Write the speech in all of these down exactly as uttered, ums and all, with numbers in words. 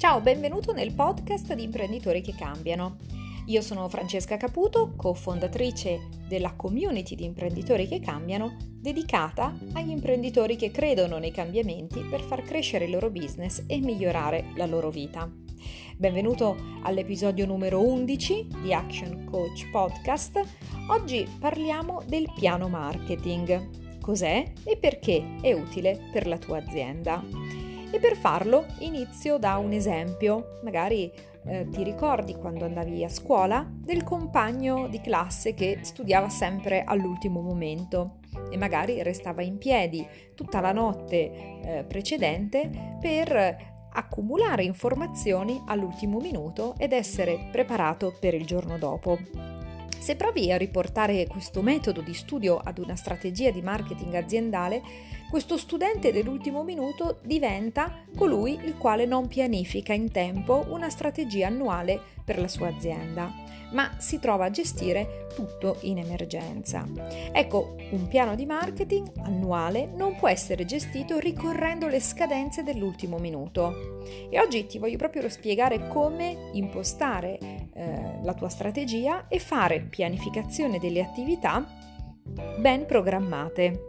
Ciao, benvenuto nel podcast di Imprenditori che Cambiano. Io sono Francesca Caputo, cofondatrice della community di Imprenditori che Cambiano, dedicata agli imprenditori che credono nei cambiamenti per far crescere il loro business e migliorare la loro vita. Benvenuto all'episodio numero undici di Action Coach Podcast. Oggi parliamo del piano marketing. Cos'è e perché è utile per la tua azienda? E per farlo inizio da un esempio. Magari eh, ti ricordi quando andavi a scuola del compagno di classe che studiava sempre all'ultimo momento e magari restava in piedi tutta la notte eh, precedente per accumulare informazioni all'ultimo minuto ed essere preparato per il giorno dopo. Se provi a riportare questo metodo di studio ad una strategia di marketing aziendale, questo studente dell'ultimo minuto diventa colui il quale non pianifica in tempo una strategia annuale per la sua azienda, ma si trova a gestire tutto in emergenza. Ecco, un piano di marketing annuale non può essere gestito ricorrendo le scadenze dell'ultimo minuto. E oggi ti voglio proprio spiegare come impostare eh, la tua strategia e fare pianificazione delle attività ben programmate.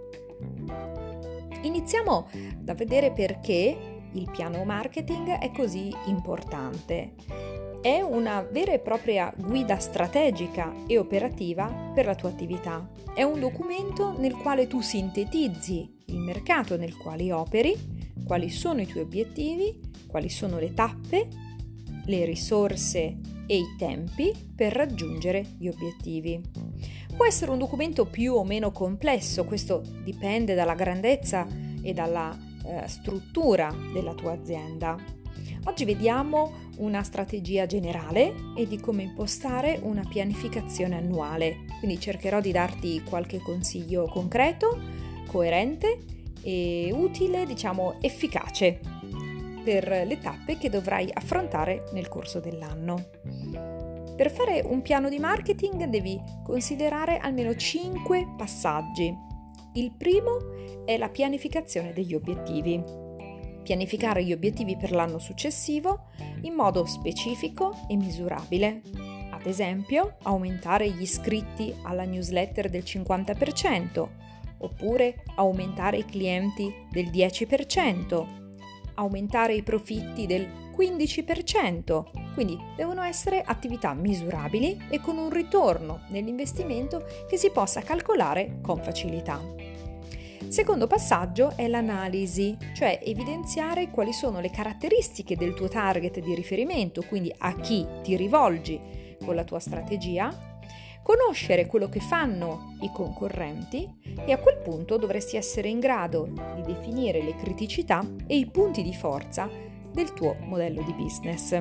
Iniziamo da vedere perché il piano marketing è così importante. È una vera e propria guida strategica e operativa per la tua attività. È un documento nel quale tu sintetizzi il mercato nel quale operi, quali sono i tuoi obiettivi, quali sono le tappe, le risorse e i tempi per raggiungere gli obiettivi. Può essere un documento più o meno complesso, questo dipende dalla grandezza e dalla eh, struttura della tua azienda. Oggi vediamo una strategia generale e di come impostare una pianificazione annuale, quindi cercherò di darti qualche consiglio concreto, coerente e utile, diciamo efficace per le tappe che dovrai affrontare nel corso dell'anno. Per fare un piano di marketing devi considerare almeno cinque passaggi. Il primo è la pianificazione degli obiettivi. Pianificare gli obiettivi per l'anno successivo in modo specifico e misurabile. Ad esempio, aumentare gli iscritti alla newsletter del cinquanta per cento, oppure aumentare i clienti del dieci per cento, aumentare i profitti del quindici per cento. Quindi devono essere attività misurabili e con un ritorno nell'investimento che si possa calcolare con facilità. Secondo passaggio è l'analisi, cioè evidenziare quali sono le caratteristiche del tuo target di riferimento, quindi a chi ti rivolgi con la tua strategia, conoscere quello che fanno i concorrenti e a quel punto dovresti essere in grado di definire le criticità e i punti di forza del tuo modello di business.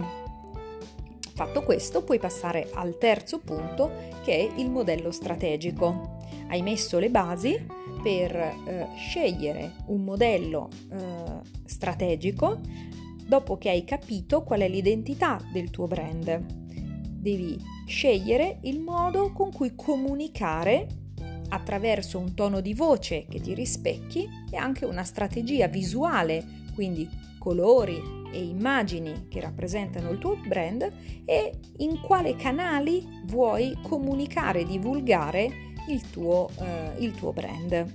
Fatto questo, puoi passare al terzo punto, che è il modello strategico. Hai messo le basi per eh, scegliere un modello eh, strategico dopo che hai capito qual è l'identità del tuo brand. Devi scegliere il modo con cui comunicare attraverso un tono di voce che ti rispecchi e anche una strategia visuale, quindi colori e immagini che rappresentano il tuo brand e in quale canali vuoi comunicare e divulgare il tuo, eh, il tuo brand.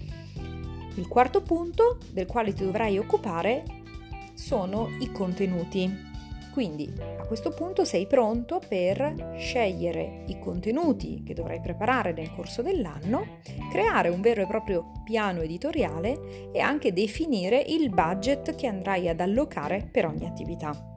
Il quarto punto del quale ti dovrai occupare sono i contenuti. Quindi a questo punto sei pronto per scegliere i contenuti che dovrai preparare nel corso dell'anno, creare un vero e proprio piano editoriale e anche definire il budget che andrai ad allocare per ogni attività.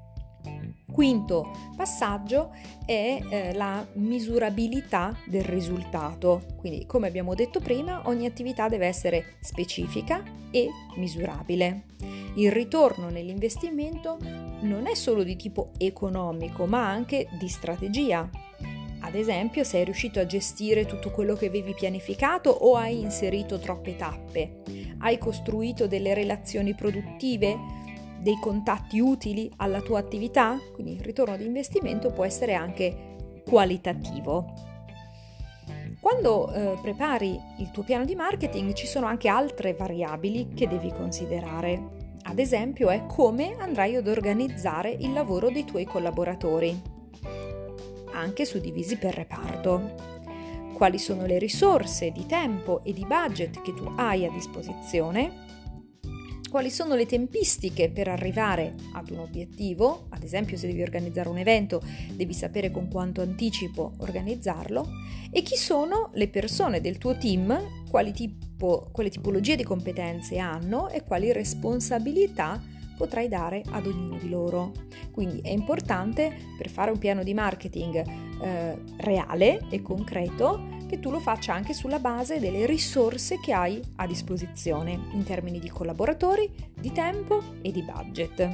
Quinto passaggio è eh, la misurabilità del risultato. Quindi, come abbiamo detto prima, ogni attività deve essere specifica e misurabile. Il ritorno nell'investimento non è solo di tipo economico, ma anche di strategia. Ad esempio, se hai riuscito a gestire tutto quello che avevi pianificato o hai inserito troppe tappe, hai costruito delle relazioni produttive, dei contatti utili alla tua attività, quindi il ritorno di investimento può essere anche qualitativo. Quando eh, prepari il tuo piano di marketing ci sono anche altre variabili che devi considerare. ad esempio, è come andrai ad organizzare il lavoro dei tuoi collaboratori, anche suddivisi per reparto. Quali sono le risorse di tempo e di budget che tu hai a disposizione? Quali sono le tempistiche per arrivare ad un obiettivo? Ad esempio, se devi organizzare un evento, devi sapere con quanto anticipo organizzarlo. E chi sono le persone del tuo team, quali tipo, quale tipologie di competenze hanno e quali responsabilità potrai dare ad ognuno di loro. Quindi è importante, per fare un piano di marketing eh, reale e concreto, che tu lo faccia anche sulla base delle risorse che hai a disposizione in termini di collaboratori, di tempo e di budget.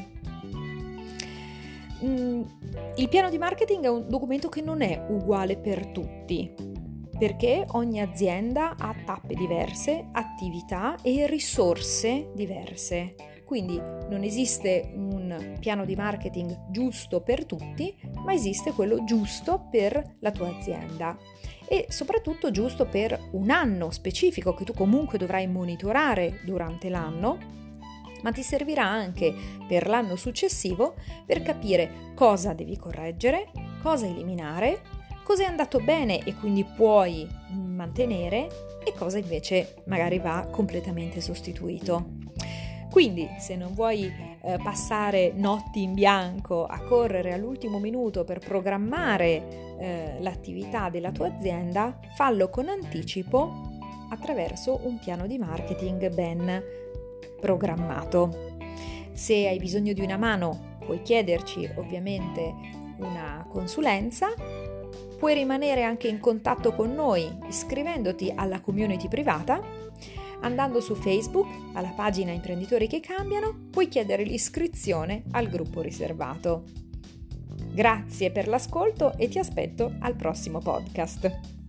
Mm, il piano di marketing è un documento che non è uguale per tutti, perché ogni azienda ha tappe diverse, attività e risorse diverse. Quindi non esiste un piano di marketing giusto per tutti, ma esiste quello giusto per la tua azienda e soprattutto giusto per un anno specifico che tu comunque dovrai monitorare durante l'anno, ma ti servirà anche per l'anno successivo per capire cosa devi correggere, cosa eliminare, cosa è andato bene e quindi puoi mantenere e cosa invece magari va completamente sostituito. Quindi, se non vuoi eh, passare notti in bianco a correre all'ultimo minuto per programmare eh, l'attività della tua azienda, fallo con anticipo attraverso un piano di marketing ben programmato. Se hai bisogno di una mano, puoi chiederci ovviamente una consulenza. Puoi rimanere anche in contatto con noi iscrivendoti alla community privata. Andando su Facebook, alla pagina Imprenditori che cambiano, puoi chiedere l'iscrizione al gruppo riservato. Grazie per l'ascolto e ti aspetto al prossimo podcast.